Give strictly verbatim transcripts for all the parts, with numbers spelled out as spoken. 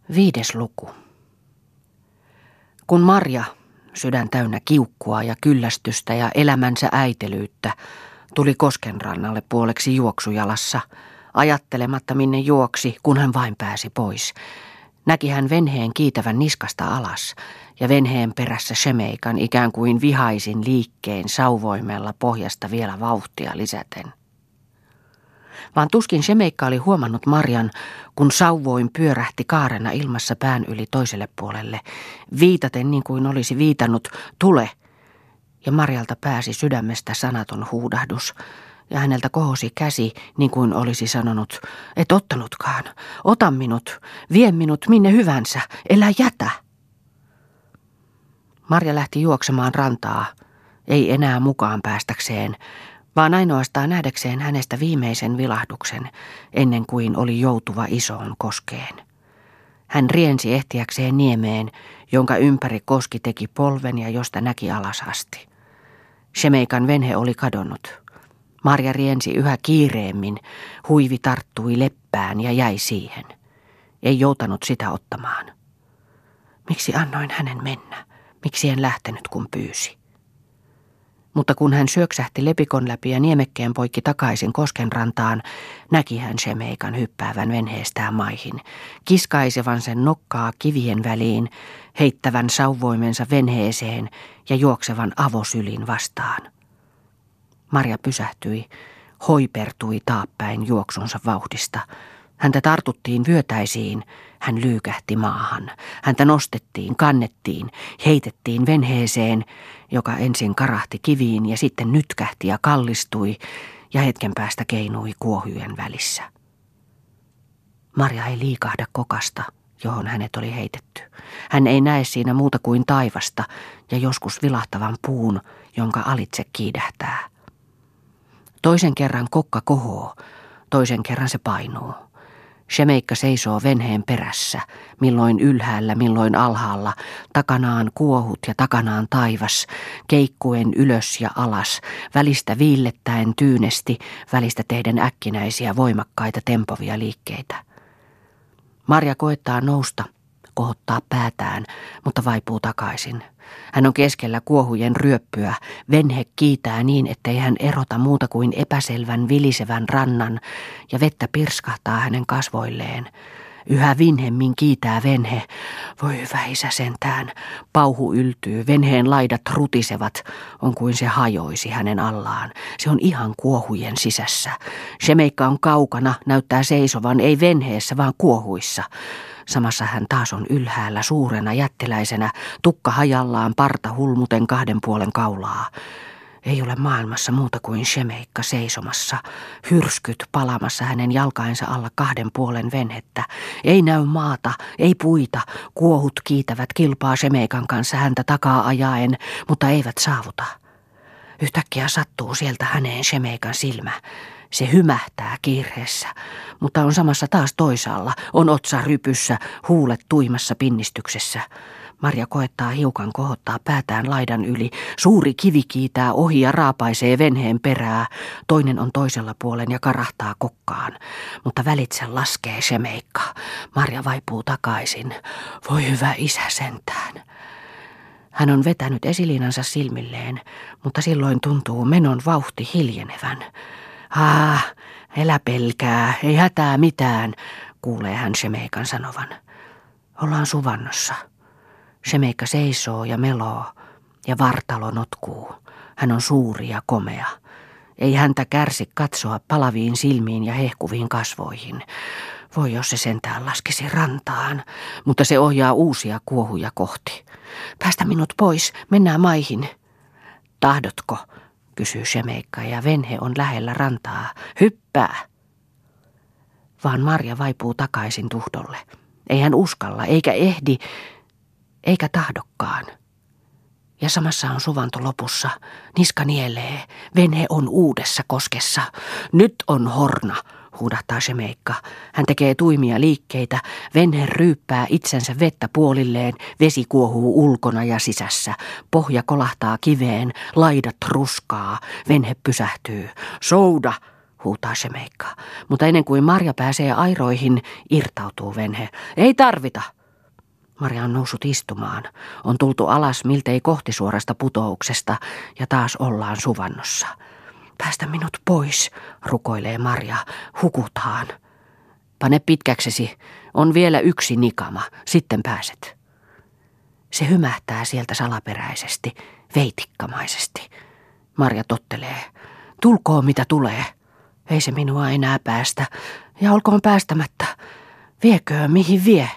Viides luku. Kun Marja, sydän täynnä kiukkua ja kyllästystä ja elämänsä äitelyyttä, tuli koskenrannalle puoleksi juoksujalassa, ajattelematta minne juoksi, kun hän vain pääsi pois, näki hän venheen kiitävän niskasta alas ja venheen perässä Shemeikan ikään kuin vihaisin liikkeen sauvoimella pohjasta vielä vauhtia lisäten. Vaan tuskin Shemeikka oli huomannut Marjan, kun sauvoin pyörähti kaarena ilmassa pään yli toiselle puolelle, viitaten niin kuin olisi viitannut, tule, ja Marjalta pääsi sydämestä sanaton huudahdus, ja häneltä kohosi käsi niin kuin olisi sanonut, et ottanutkaan, ota minut, vie minut minne hyvänsä, elä jätä. Marja lähti juoksemaan rantaa, ei enää mukaan päästäkseen, vaan ainoastaan nähdäkseen hänestä viimeisen vilahduksen, ennen kuin oli joutuva isoon koskeen. Hän riensi ehtiäkseen niemeen, jonka ympäri koski teki polven ja josta näki alas asti. Shemeikan venhe oli kadonnut. Marja riensi yhä kiireemmin, huivi tarttui leppään ja jäi siihen. Ei joutanut sitä ottamaan. Miksi annoin hänen mennä? Miksi en lähtenyt, kun pyysi? Mutta kun hän syöksähti lepikon läpi ja niemekkeen poikki takaisin koskenrantaan, näki hän Shemeikan hyppäävän venheestään maihin, kiskaisevan sen nokkaa kivien väliin, heittävän sauvoimensa venheeseen ja juoksevan avosylin vastaan. Marja pysähtyi, hoipertui taappäin juoksunsa vauhdista. Häntä tartuttiin vyötäisiin, hän lyykähti maahan. Häntä nostettiin, kannettiin, heitettiin venheeseen, joka ensin karahti kiviin ja sitten nytkähti ja kallistui ja hetken päästä keinui kuohujen välissä. Marja ei liikahda kokasta, johon hänet oli heitetty. Hän ei näe siinä muuta kuin taivasta ja joskus vilahtavan puun, jonka alitse kiidähtää. Toisen kerran kokka kohoo, toisen kerran se painuu. Shemeikka seisoo venheen perässä, milloin ylhäällä, milloin alhaalla, takanaan kuohut ja takanaan taivas, keikkuen ylös ja alas, välistä viillettäen tyynesti, välistä tehden äkkinäisiä voimakkaita tempovia liikkeitä. Marja koettaa nousta, kohottaa päätään, mutta vaipuu takaisin. Hän on keskellä kuohujen ryöppyä, venhe kiitää niin, ettei hän erota muuta kuin epäselvän vilisevän rannan, ja vettä pirskahtaa hänen kasvoilleen. Yhä vinhemmin kiitää venhe. Voi hyvä isä sentään. Pauhu yltyy, venheen laidat rutisevat, on kuin se hajoisi hänen allaan. Se on ihan kuohujen sisässä. Shemeikka on kaukana, näyttää seisovan, ei venheessä, vaan kuohuissa. Samassa hän taas on ylhäällä suurena jättiläisenä, tukka hajallaan parta hulmuten kahden puolen kaulaa. Ei ole maailmassa muuta kuin Shemeikka seisomassa, hyrskyt palamassa hänen jalkainsa alla kahden puolen venhettä. Ei näy maata, ei puita, kuohut kiitävät kilpaa Shemeikan kanssa häntä takaa ajaen, mutta eivät saavuta. Yhtäkkiä sattuu sieltä häneen Shemeikan silmä. Se hymähtää kiireessä, mutta on samassa taas toisaalla, on otsa rypyssä, huulet tuimassa pinnistyksessä. Marja koettaa hiukan kohottaa päätään laidan yli. Suuri kivi kiitää ohi ja raapaisee venheen perää. Toinen on toisella puolen ja karahtaa kokkaan. Mutta välitse laskee Shemeikka. Marja vaipuu takaisin. Voi hyvä isä sentään. Hän on vetänyt esiliinansa silmilleen, mutta silloin tuntuu menon vauhti hiljenevän. Ah, elä pelkää, ei hätää mitään, kuulee hän Shemeikan sanovan. Ollaan suvannossa. Shemeikka seisoo ja meloo, ja vartalo notkuu. Hän on suuri ja komea. Ei häntä kärsi katsoa palaviin silmiin ja hehkuviin kasvoihin. Voi jos se sentään laskisi rantaan, mutta se ohjaa uusia kuohuja kohti. Päästä minut pois, mennään maihin. Tahdotko? Kysyy Shemeikka ja venhe on lähellä rantaa. Hyppää! Vaan Marja vaipuu takaisin tuhdolle. Ei hän uskalla, eikä ehdi, eikä tahdokkaan. Ja samassa on suvanto lopussa. Niska nielee. Venhe on uudessa koskessa. Nyt on horna, huudahtaa Shemeikka. Hän tekee tuimia liikkeitä. Venhe ryyppää itsensä vettä puolilleen. Vesi kuohuu ulkona ja sisässä. Pohja kolahtaa kiveen. Laidat ruskaa. Venhe pysähtyy. Souda! Huutaa Shemeikka. Mutta ennen kuin Marja pääsee airoihin, irtautuu venhe. Ei tarvita. Maria on noussut istumaan. On tultu alas miltei kohti suorasta putouksesta ja taas ollaan suvannossa. Päästä minut pois, rukoilee Maria. Hukutaan. Pane pitkäksesi. On vielä yksi nikama. Sitten pääset. Se hymähtää sieltä salaperäisesti, veitikkamaisesti. Maria tottelee. Tulkoon mitä tulee. Ei se minua enää päästä. Ja olkoon päästämättä. Vieköön mihin vie.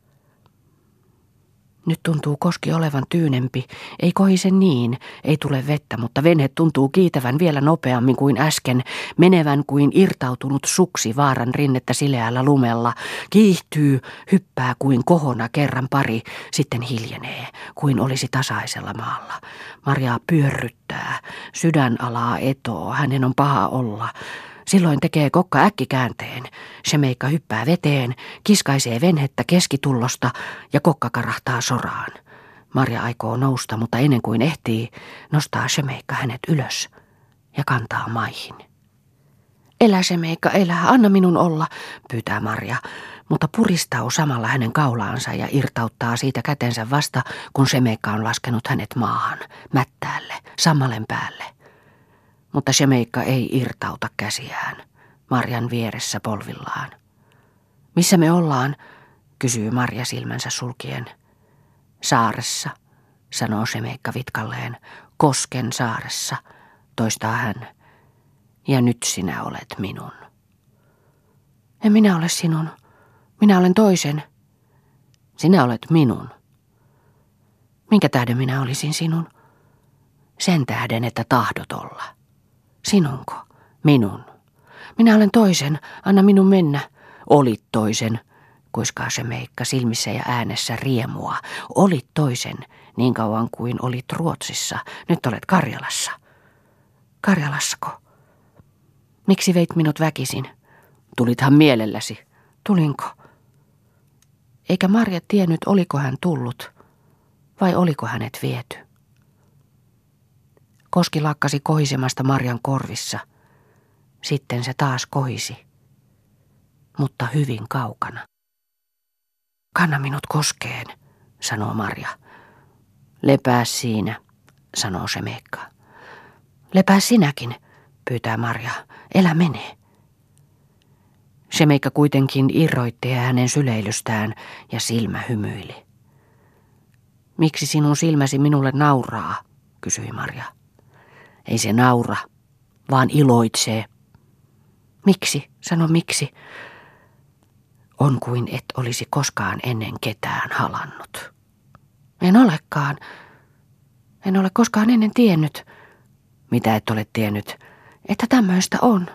Nyt tuntuu koski olevan tyynempi. Ei kohise niin, ei tule vettä, mutta venhe tuntuu kiitävän vielä nopeammin kuin äsken, menevän kuin irtautunut suksi vaaran rinnettä sileällä lumella. Kiihtyy, hyppää kuin kohona kerran pari, sitten hiljenee, kuin olisi tasaisella maalla. Maria pyörryttää, sydän alaa etoo, hänen on paha olla. Silloin tekee kokka äkkikäänteen. Shemeikka hyppää veteen, kiskaisee venhettä keskitullosta ja kokka karahtaa soraan. Maria aikoo nousta, mutta ennen kuin ehtii, nostaa Shemeikka hänet ylös ja kantaa maihin. Elä Shemeikka, elä, anna minun olla, pyytää Maria, mutta puristau samalla hänen kaulaansa ja irtauttaa siitä kätensä vasta, kun Shemeikka on laskenut hänet maahan, mättäälle, sammalen päälle. Mutta Shemeikka ei irtauta käsiään, Marjan vieressä polvillaan. Missä me ollaan, kysyy Marja silmänsä sulkien. Saaressa, sanoo Shemeikka vitkalleen, Kosken saaressa, toistaa hän. Ja nyt sinä olet minun. En minä ole sinun, minä olen toisen. Sinä olet minun. Minkä tähden minä olisin sinun? Sen tähden, että tahdot olla. Sinunko? Minun. Minä olen toisen, anna minun mennä. Olit toisen, kuiskaa Shemeikka silmissä ja äänessä riemua. Olit toisen, niin kauan kuin olit Ruotsissa. Nyt olet Karjalassa. Karjalassako? Miksi veit minut väkisin? Tulithan mielelläsi. Tulinko? Eikä Marja tiennyt, oliko hän tullut, vai oliko hänet viety. Koski lakkasi kohisemasta Marjan korvissa. Sitten se taas kohisi, mutta hyvin kaukana. Kanna minut koskeen, sanoo Marja. Lepää siinä, sanoo Shemeikka. Lepää sinäkin, pyytää Marja. Elä mene. Shemeikka kuitenkin irroitti hänen syleilystään ja silmä hymyili. Miksi sinun silmäsi minulle nauraa, kysyi Marja. Ei se naura, vaan iloitsee. Miksi? Sano miksi. On kuin et olisi koskaan ennen ketään halannut. En olekaan. En ole koskaan ennen tiennyt. Mitä et ole tiennyt? Että tämmöistä on.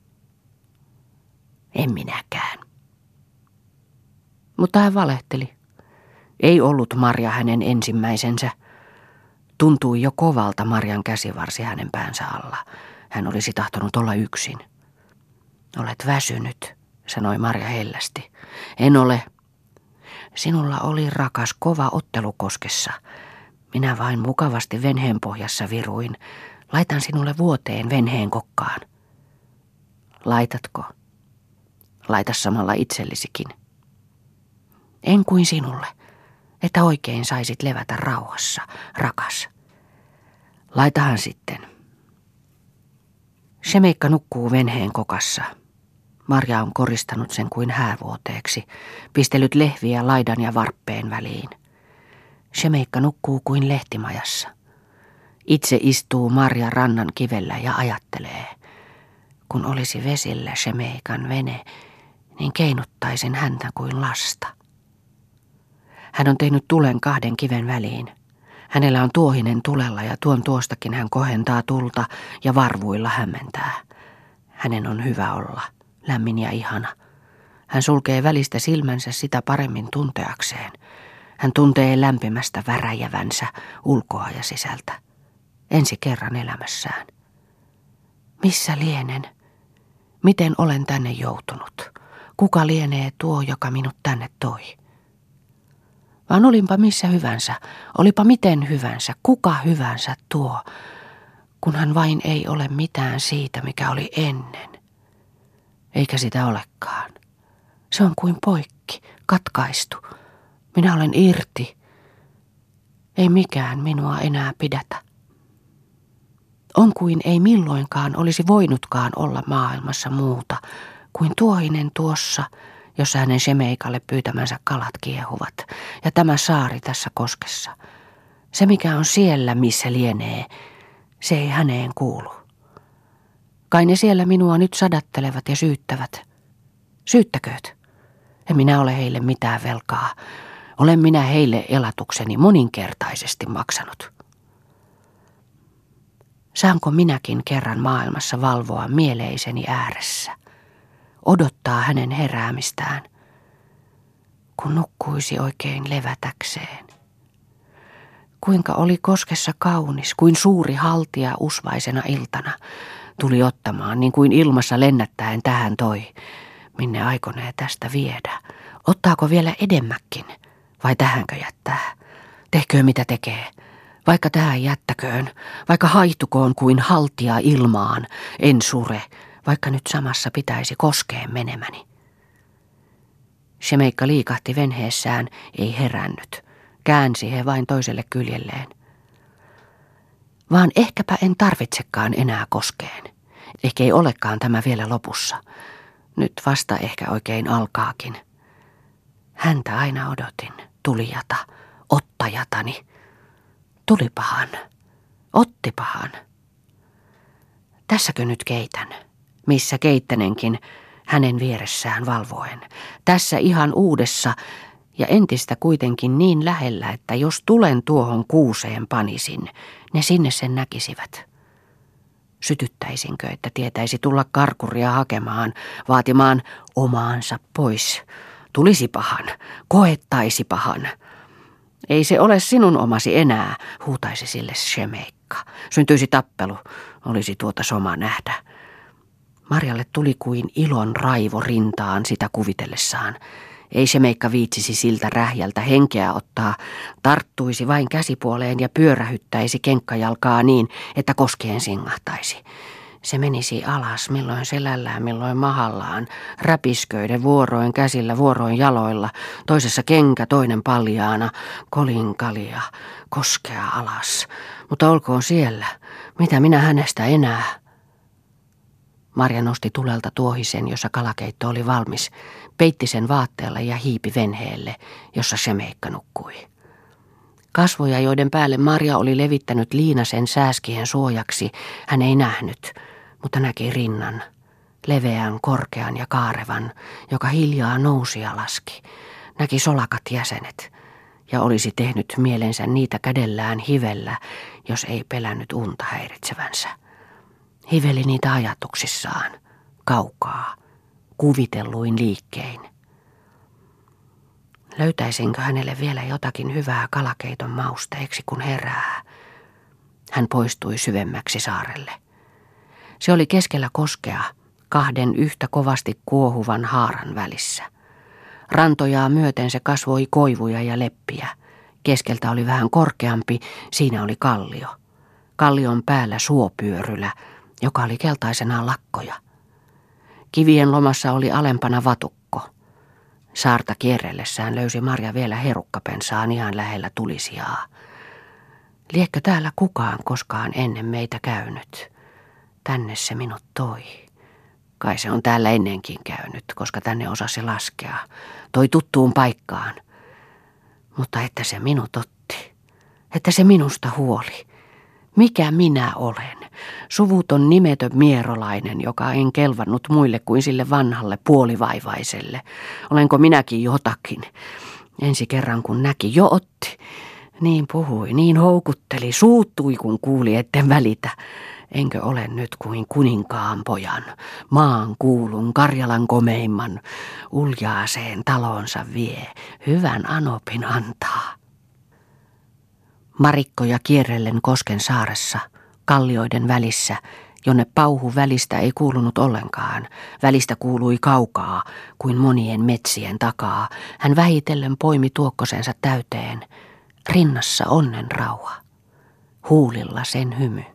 En minäkään. Mutta hän valehteli. Ei ollut Marja hänen ensimmäisensä. Tuntui jo kovalta Marjan käsivarsi hänen päänsä alla. Hän olisi tahtonut olla yksin. Olet väsynyt, sanoi Marja hellästi. En ole. Sinulla oli rakas kova ottelu koskessa. Minä vain mukavasti venheen pohjassa viruin. Laitan sinulle vuoteen venheen kokkaan. Laitatko? Laita samalla itsellisikin. En kuin sinulle, että oikein saisit levätä rauhassa, rakas. Laitahan sitten. Shemeikka nukkuu venheen kokassa. Marja on koristanut sen kuin häävuoteeksi, pistellyt lehviä laidan ja varppeen väliin. Shemeikka nukkuu kuin lehtimajassa. Itse istuu Marja rannan kivellä ja ajattelee. Kun olisi vesillä Shemeikan vene, niin keinuttaisin häntä kuin lasta. Hän on tehnyt tulen kahden kiven väliin. Hänellä on tuohinen tulella ja tuon tuostakin hän kohentaa tulta ja varvuilla hämmentää. Hänen on hyvä olla, lämmin ja ihana. Hän sulkee välistä silmänsä sitä paremmin tunteakseen. Hän tuntee lämpimästä väräjävänsä ulkoa ja sisältä. Ensi kerran elämässään. Missä lienen? Miten olen tänne joutunut? Kuka lienee tuo, joka minut tänne toi? Vaan olinpa missä hyvänsä, olipa miten hyvänsä, kuka hyvänsä tuo, kunhan vain ei ole mitään siitä, mikä oli ennen. Eikä sitä olekaan. Se on kuin poikki, katkaistu. Minä olen irti. Ei mikään minua enää pidätä. On kuin ei milloinkaan olisi voinutkaan olla maailmassa muuta kuin tuohinen tuossa, jossa hänen Shemeikalle pyytämänsä kalat kiehuvat, ja tämä saari tässä koskessa. Se, mikä on siellä, missä lienee, se ei häneen kuulu. Kai ne siellä minua nyt sadattelevat ja syyttävät. Syyttäkööt. En minä ole heille mitään velkaa. Olen minä heille elatukseni moninkertaisesti maksanut. Saanko minäkin kerran maailmassa valvoa mieleiseni ääressä? Odottaa hänen heräämistään, kun nukkuisi oikein levätäkseen. Kuinka oli koskessa kaunis, kuin suuri haltia usvaisena iltana. Tuli ottamaan, niin kuin ilmassa lennättäen tähän toi. Minne aikonee tästä viedä? Ottaako vielä edemmäkin? Vai tähänkö jättää? Tehköön mitä tekee. Vaikka tähän jättäköön, vaikka haihtukoon kuin haltia ilmaan, en sure, vaikka nyt samassa pitäisi koskeen menemäni. Shemeikka liikahti venheessään, ei herännyt. Käänsi he vain toiselle kyljelleen. Vaan ehkäpä en tarvitsekaan enää koskeen. Ehkä ei olekaan tämä vielä lopussa. Nyt vasta ehkä oikein alkaakin. Häntä aina odotin, tulijata, ottajatani. Tulipahan, ottipahan. Tässäkö nyt keitän? Missä keittänenkin hänen vieressään valvoen. Tässä ihan uudessa ja entistä kuitenkin niin lähellä, että jos tulen tuohon kuuseen panisin, ne sinne sen näkisivät. Sytyttäisinkö, että tietäisi tulla karkuria hakemaan, vaatimaan omaansa pois. Tulisipahan, koettaisipahan. Ei se ole sinun omasi enää, huutaisi sille Shemeikka. Syntyisi tappelu, olisi tuota soma nähdä. Marjalle tuli kuin ilon raivo rintaan sitä kuvitellessaan. Ei Shemeikka viitsisi siltä rähjältä henkeä ottaa, tarttuisi vain käsipuoleen ja pyörähyttäisi kenkkajalkaa niin, että koskeen singahtaisi. Se menisi alas, milloin selällään, milloin mahallaan, räpisköiden vuoroin käsillä, vuoroin jaloilla, toisessa kenkä, toinen paljaana, kolinkalia, koskea alas. Mutta olkoon siellä, mitä minä hänestä enää? Marja nosti tulelta tuohisen, jossa kalakeitto oli valmis, peitti sen vaatteella ja hiipi venheelle, jossa Shemeikka nukkui. Kasvoja, joiden päälle Marja oli levittänyt liinasen sääskien suojaksi, hän ei nähnyt, mutta näki rinnan, leveän, korkean ja kaarevan, joka hiljaa nousi ja laski. Näki solakat jäsenet ja olisi tehnyt mielensä niitä kädellään hivellä, jos ei pelännyt unta häiritsevänsä. Hiveli niitä ajatuksissaan, kaukaa, kuvitelluin liikkein. Löytäisinkö hänelle vielä jotakin hyvää kalakeiton mausteeksi, kun herää? Hän poistui syvemmäksi saarelle. Se oli keskellä koskea, kahden yhtä kovasti kuohuvan haaran välissä. Rantojaa myöten se kasvoi koivuja ja leppiä. Keskeltä oli vähän korkeampi, siinä oli kallio. Kallion päällä suopyörylä, joka oli keltaisenaan lakkoja. Kivien lomassa oli alempana vatukko. Saarta kierrellessään löysi Marja vielä herukkapensaan ihan lähellä tulisijaa. Liekkö täällä kukaan koskaan ennen meitä käynyt? Tänne se minut toi. Kai se on täällä ennenkin käynyt, koska tänne osasi laskea. Toi tuttuun paikkaan. Mutta että se minut otti. Että se minusta huoli. Mikä minä olen? Suvuton nimetön mierolainen, joka en kelvannut muille kuin sille vanhalle puolivaivaiselle. Olenko minäkin jotakin? Ensi kerran kun näki, jo otti. Niin puhui, niin houkutteli, suuttui kun kuuli, etten välitä. Enkö ole nyt kuin kuninkaan pojan, maan kuulun, Karjalan komeimman, uljaaseen talonsa vie, hyvän anopin antaa. Marikkoja kierrellen Kosken saaressa, kallioiden välissä, jonne pauhu välistä ei kuulunut ollenkaan, välistä kuului kaukaa, kuin monien metsien takaa, hän vähitellen poimi tuokkosensa täyteen, rinnassa onnen rauha, huulilla sen hymy.